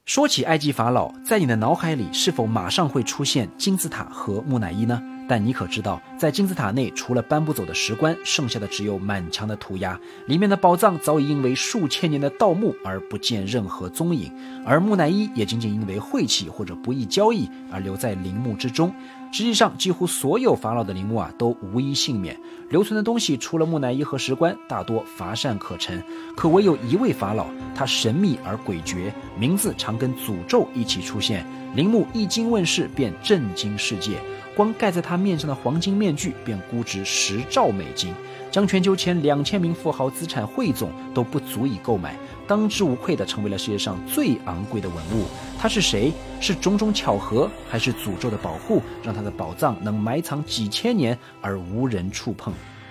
说起埃及法老，在你的脑海里是否马上会出现金字塔和木乃伊呢？但你可知道，在金字塔内除了搬不走的石棺，剩下的只有满墙的涂鸦，里面的宝藏早已因为数千年的盗墓而不见任何踪影，而木乃伊也仅仅因为晦气或者不易交易而留在陵墓之中。实际上，几乎所有法老的陵墓都无一幸免，留存的东西除了木乃伊和石棺，大多乏善可陈。可唯有一位法老，他神秘而诡谲，名字常跟诅咒一起出现，陵墓一经问世便震惊世界。光盖在他面上的黄金面具便估值10兆美金，将全球前2000名富豪资产汇总都不足以购买，当之无愧地成为了世界上最昂贵的文物。他是谁？是种种巧合，还是诅咒的保护，让他的宝藏能埋藏几千年而无人触碰？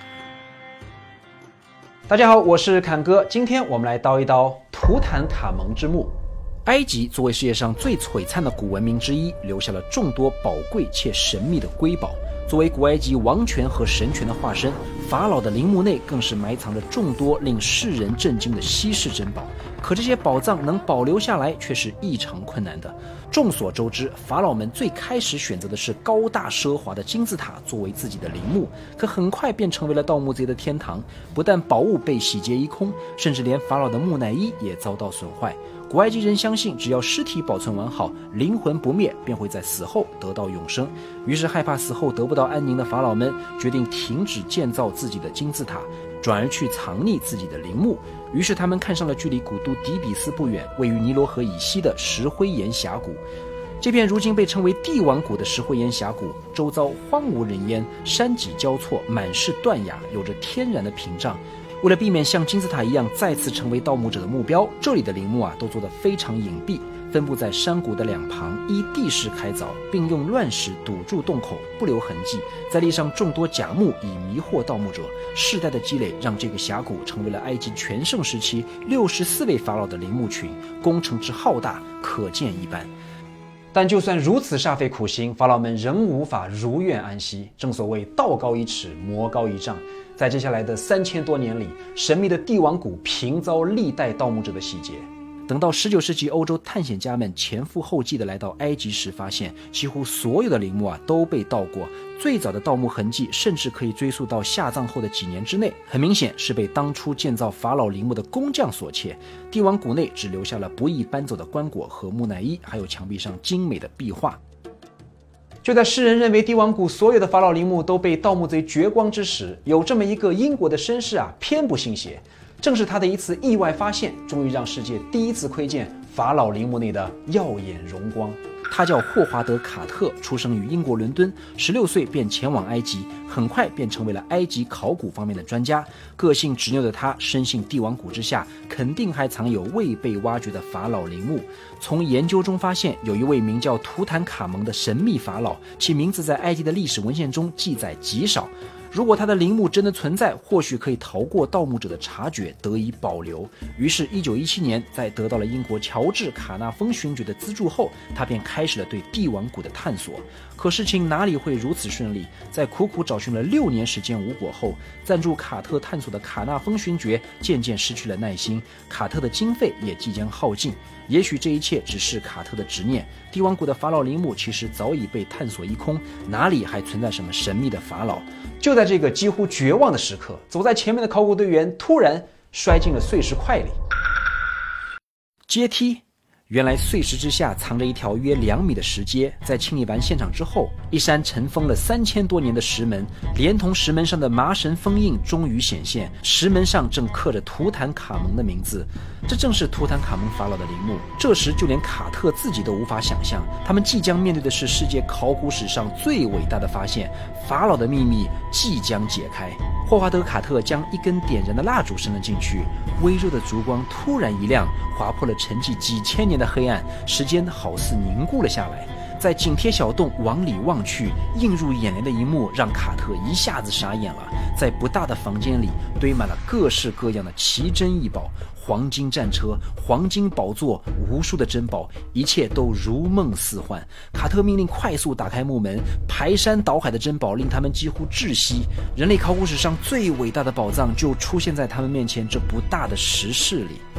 大家好，我是侃哥，今天我们来叨一叨图坦卡蒙之墓。埃及作为世界上最璀璨的古文明之一，留下了众多宝贵且神秘的瑰宝。作为古埃及王权和神权的化身，法老的陵墓内更是埋藏着众多令世人震惊的稀世珍宝。可这些宝藏能保留下来，却是异常困难的。众所周知，法老们最开始选择的是高大奢华的金字塔作为自己的陵墓，可很快便成为了盗墓贼的天堂。不但宝物被洗劫一空，甚至连法老的木乃伊也遭到损坏。古埃及人相信，只要尸体保存完好，灵魂不灭，便会在死后得到永生。于是害怕死后得不到安宁的法老们，决定停止建造自己的金字塔，转而去藏匿自己的陵墓。于是他们看上了距离古都底比斯不远，位于尼罗河以西的石灰岩峡谷。这片如今被称为帝王谷的石灰岩峡谷，周遭荒无人烟，山脊交错，满是断崖，有着天然的屏障。为了避免像金字塔一样再次成为盗墓者的目标，这里的陵墓都做得非常隐蔽，分布在山谷的两旁，依地势开凿，并用乱石堵住洞口，不留痕迹，再立上众多假墓以迷惑盗墓者。世代的积累让这个峡谷成为了埃及全盛时期64位法老的陵墓群，工程之浩大可见一斑。但就算如此煞费苦心，法老们仍无法如愿安息。正所谓道高一尺，魔高一丈。在接下来的3000多年里，神秘的帝王谷频遭历代盗墓者的洗劫。等到19世纪欧洲探险家们前赴后继地来到埃及时，发现几乎所有的陵墓都被盗过，最早的盗墓痕迹甚至可以追溯到下葬后的几年之内，很明显是被当初建造法老陵墓的工匠所窃。帝王谷内只留下了不易搬走的棺椁和木乃伊，还有墙壁上精美的壁画。就在世人认为帝王谷所有的法老陵墓都被盗墓贼掘光之时，有这么一个英国的绅士偏不信邪。正是他的一次意外发现，终于让世界第一次窥见法老陵墓内的耀眼荣光。他叫霍华德·卡特，出生于英国伦敦，16岁便前往埃及，很快便成为了埃及考古方面的专家。个性执拗的他深信帝王谷之下肯定还藏有未被挖掘的法老陵墓。从研究中发现，有一位名叫图坦卡蒙的神秘法老，其名字在埃及的历史文献中记载极少。如果他的陵墓真的存在，或许可以逃过盗墓者的察觉，得以保留。于是1917年，在得到了英国乔治·卡纳丰勋爵的资助后，他便开始了对帝王谷的探索。可事情哪里会如此顺利？在苦苦找寻了6年时间无果后，赞助卡特探索的卡纳丰勋爵渐渐失去了耐心，卡特的经费也即将耗尽。也许这一切只是卡特的执念，帝王谷的法老陵墓其实早已被探索一空，哪里还存在什么神秘的法老？就在这个几乎绝望的时刻，走在前面的考古队员突然摔进了碎石块里。阶梯，原来碎石之下藏着一条约2米的石阶，在清理完现场之后，一扇尘封了3000多年的石门，连同石门上的麻绳封印终于显现，石门上正刻着图坦卡蒙的名字。这正是图坦卡蒙法老的陵墓。这时就连卡特自己都无法想象，他们即将面对的是世界考古史上最伟大的发现，法老的秘密即将解开。霍华德·卡特将一根点燃的蜡烛伸了进去，微弱的烛光突然一亮，划破了沉寂几千年的黑暗，时间好似凝固了下来。在紧贴小洞往里望去，映入眼帘的一幕让卡特一下子傻眼了。在不大的房间里堆满了各式各样的奇珍异宝，黄金战车、黄金宝座，无数的珍宝，一切都如梦似幻。卡特命令快速打开木门，排山倒海的珍宝令他们几乎窒息。人类考古史上最伟大的宝藏就出现在他们面前这不大的石室里。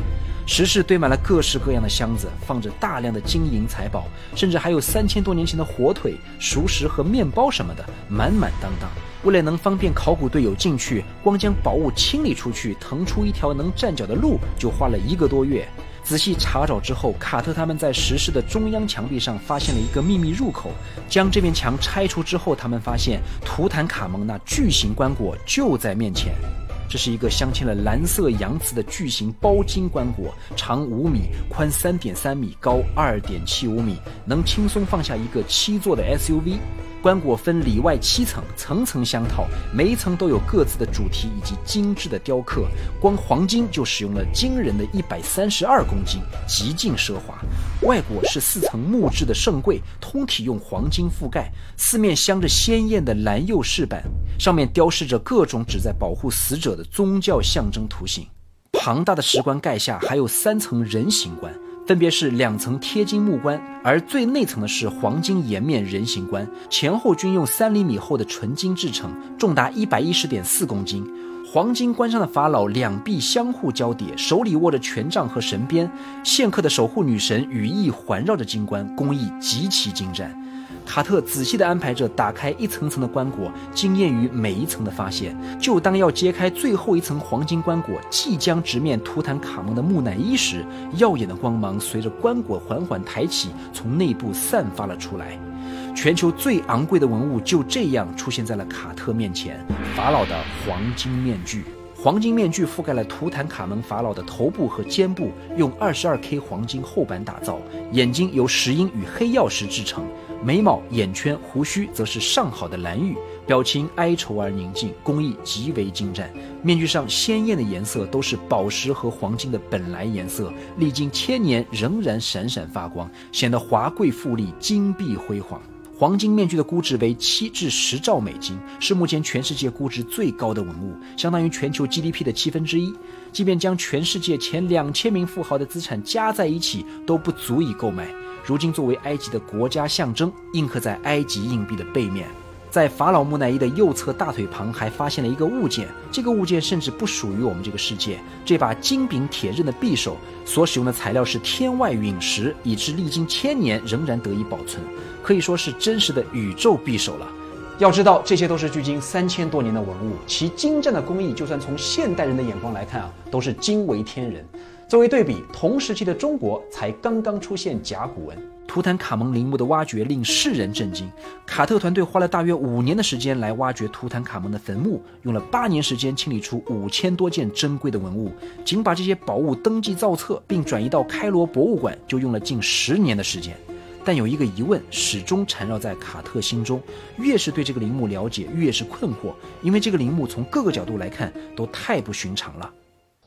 石室堆满了各式各样的箱子，放着大量的金银财宝，甚至还有3000多年前的火腿、熟食和面包什么的，满满当当。为了能方便考古队友进去，光将宝物清理出去，腾出一条能站脚的路，就花了1个多月。仔细查找之后，卡特他们在石室的中央墙壁上发现了一个秘密入口。将这面墙拆除之后，他们发现图坦卡蒙那巨型棺椁就在面前。这是一个镶嵌了蓝色洋瓷的巨型包金棺椁，长5米，宽3.3米，高2.75米，能轻松放下一个7座的 SUV。棺椁分里外7层，层层相套，每一层都有各自的主题以及精致的雕刻。光黄金就使用了惊人的132公斤，极尽奢华。外椁是4层木质的圣柜，通体用黄金覆盖，四面镶着鲜艳的蓝釉饰板，上面雕饰着各种旨在保护死者的宗教象征图形。庞大的石棺盖下还有3层人形棺，分别是2层贴金木棺，而最内层的是黄金岩面人形棺，前后均用3厘米厚的纯金制成，重达110.4公斤。黄金棺上的法老两臂相互交叠，手里握着权杖和神鞭，线刻的守护女神羽翼环绕着金棺，工艺极其精湛。卡特仔细地安排着打开一层层的棺椁，惊艳于每一层的发现。就当要揭开最后一层黄金棺椁，即将直面图坦卡蒙的木乃伊时，耀眼的光芒随着棺椁缓缓抬起，从内部散发了出来。全球最昂贵的文物就这样出现在了卡特面前，法老的黄金面具。黄金面具覆盖了图坦卡蒙法老的头部和肩部，用22K 黄金厚板打造，眼睛由石英与黑曜石制成，眉毛、眼圈、胡须则是上好的蓝玉，表情哀愁而宁静，工艺极为精湛。面具上鲜艳的颜色都是宝石和黄金的本来颜色，历经1000年仍然闪闪发光，显得华贵富丽，金碧辉煌。黄金面具的估值为7至10兆美金，是目前全世界估值最高的文物，相当于全球 GDP 的1/7。即便将全世界前2000名富豪的资产加在一起，都不足以购买。如今作为埃及的国家象征，印刻在埃及硬币的背面。在法老木乃伊的右侧大腿旁还发现了一个物件，这个物件甚至不属于我们这个世界。这把金柄铁刃的匕首所使用的材料是天外陨石，以致历经1000年仍然得以保存，可以说是真实的宇宙匕首了。要知道，这些都是距今3000多年的文物，其精湛的工艺，就算从现代人的眼光来看都是惊为天人。作为对比，同时期的中国才刚刚出现甲骨文。图坦卡蒙陵墓的挖掘令世人震惊，卡特团队花了大约5年的时间来挖掘图坦卡蒙的坟墓，用了8年时间清理出5000多件珍贵的文物。仅把这些宝物登记造册并转移到开罗博物馆，就用了近10年的时间。但有一个疑问始终缠绕在卡特心中，越是对这个陵墓了解，越是困惑，因为这个陵墓从各个角度来看都太不寻常了。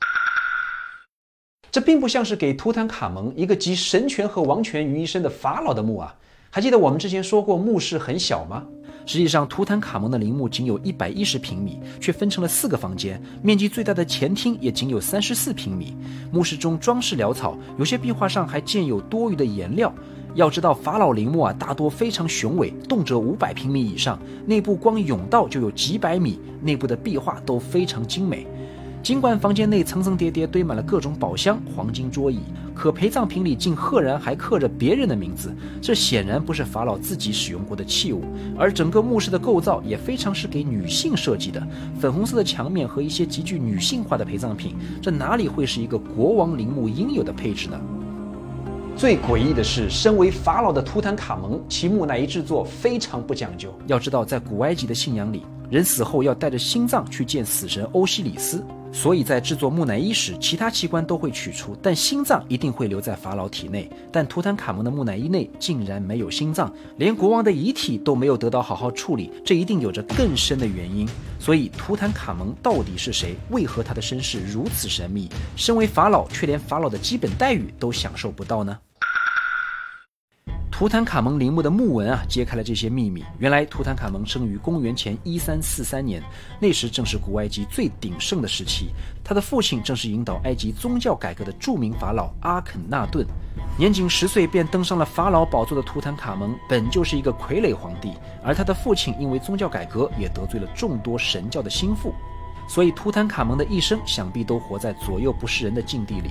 这并不像是给图坦卡蒙一个集神权和王权于一身的法老的墓啊！还记得我们之前说过墓室很小吗？实际上，图坦卡蒙的陵墓仅有110平米，却分成了4个房间，面积最大的前厅也仅有34平米。墓室中装饰潦草，有些壁画上还建有多余的颜料。要知道，法老陵墓大多非常雄伟，动辄500平米以上，内部光甬道就有几百米，内部的壁画都非常精美。尽管房间内层层叠叠堆满了各种宝箱、黄金桌椅，可陪葬品里竟赫然还刻着别人的名字，这显然不是法老自己使用过的器物。而整个墓室的构造也非常是给女性设计的，粉红色的墙面和一些极具女性化的陪葬品，这哪里会是一个国王陵墓应有的配置呢？最诡异的是，身为法老的图坦卡蒙，其木乃伊制作非常不讲究。要知道，在古埃及的信仰里，人死后要带着心脏去见死神欧西里斯，所以在制作木乃伊时，其他器官都会取出，但心脏一定会留在法老体内。但图坦卡蒙的木乃伊内竟然没有心脏，连国王的遗体都没有得到好好处理，这一定有着更深的原因。所以图坦卡蒙到底是谁？为何他的身世如此神秘？身为法老，却连法老的基本待遇都享受不到呢？图坦卡蒙陵墓的墓文揭开了这些秘密。原来图坦卡蒙生于公元前1343年，那时正是古埃及最鼎盛的时期。他的父亲正是引导埃及宗教改革的著名法老阿肯纳顿。年仅10岁便登上了法老宝座的图坦卡蒙，本就是一个傀儡皇帝，而他的父亲因为宗教改革也得罪了众多神教的心腹，所以图坦卡蒙的一生想必都活在左右不是人的境地里。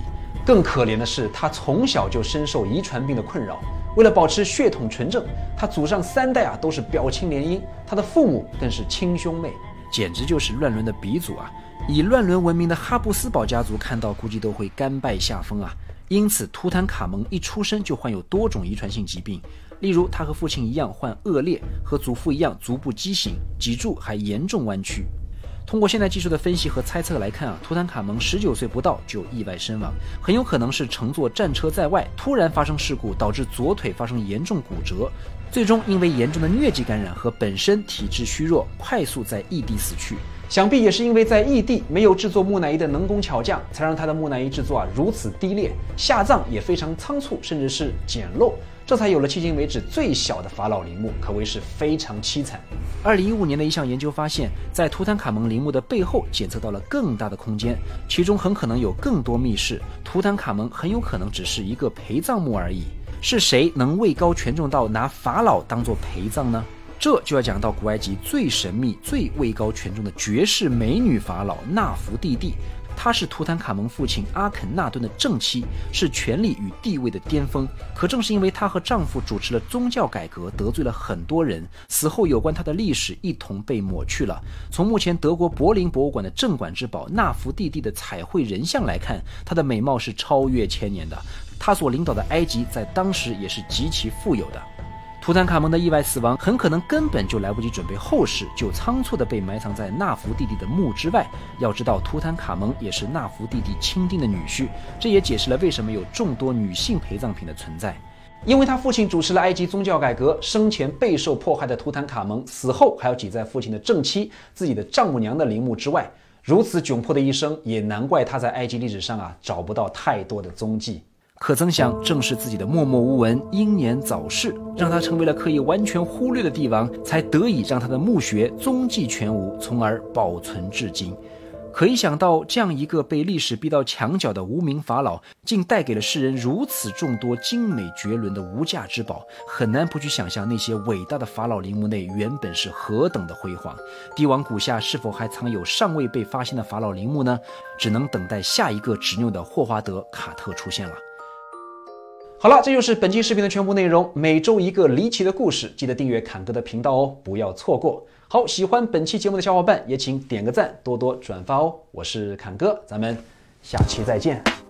更可怜的是，他从小就深受遗传病的困扰。为了保持血统纯正，他祖上3代都是表亲联姻，他的父母更是亲兄妹，简直就是乱伦的鼻祖啊！以乱伦闻名的哈布斯堡家族看到估计都会甘拜下风啊！因此，图坦卡蒙一出生就患有多种遗传性疾病，例如他和父亲一样患恶劣，和祖父一样足部畸形，脊柱还严重弯曲。通过现代技术的分析和猜测来看图坦卡蒙19岁不到就意外身亡，很有可能是乘坐战车在外，突然发生事故，导致左腿发生严重骨折，最终因为严重的疟疾感染和本身体质虚弱，快速在异地死去。想必也是因为在异地没有制作木乃伊的能工巧匠，才让他的木乃伊制作如此低劣，下葬也非常仓促，甚至是简陋，这才有了迄今为止最小的法老陵墓，可谓是非常凄惨。2015年的一项研究发现，在图坦卡蒙陵墓的背后检测到了更大的空间，其中很可能有更多密室，图坦卡蒙很有可能只是一个陪葬墓而已。是谁能位高权重到拿法老当作陪葬呢？这就要讲到古埃及最神秘、最位高权重的绝世美女法老纳福蒂蒂。她是图坦卡蒙父亲阿肯纳顿的正妻，是权力与地位的巅峰。可正是因为她和丈夫主持了宗教改革，得罪了很多人，死后有关她的历史一同被抹去了。从目前德国柏林博物馆的镇馆之宝纳福蒂蒂的彩绘人像来看，她的美貌是超越千年的。她所领导的埃及在当时也是极其富有的。图坦卡蒙的意外死亡很可能根本就来不及准备后事，就仓促地被埋藏在纳福蒂蒂的墓之外。要知道，图坦卡蒙也是纳福蒂蒂钦定的女婿，这也解释了为什么有众多女性陪葬品的存在。因为他父亲主持了埃及宗教改革，生前备受迫害的图坦卡蒙，死后还要挤在父亲的正妻、自己的丈母娘的陵墓之外，如此窘迫的一生，也难怪他在埃及历史上找不到太多的踪迹。可曾想，正是自己的默默无闻、英年早逝，让他成为了可以完全忽略的帝王，才得以让他的墓穴踪迹全无，从而保存至今。可以想到，这样一个被历史逼到墙角的无名法老，竟带给了世人如此众多精美绝伦的无价之宝，很难不去想象那些伟大的法老陵墓内原本是何等的辉煌。帝王骨下是否还藏有尚未被发现的法老陵墓呢？只能等待下一个执拗的霍华德·卡特出现了。好了，这就是本期视频的全部内容。每周一个离奇的故事，记得订阅侃哥的频道哦，不要错过。好，喜欢本期节目的小伙伴也请点个赞，多多转发哦。我是侃哥，咱们下期再见。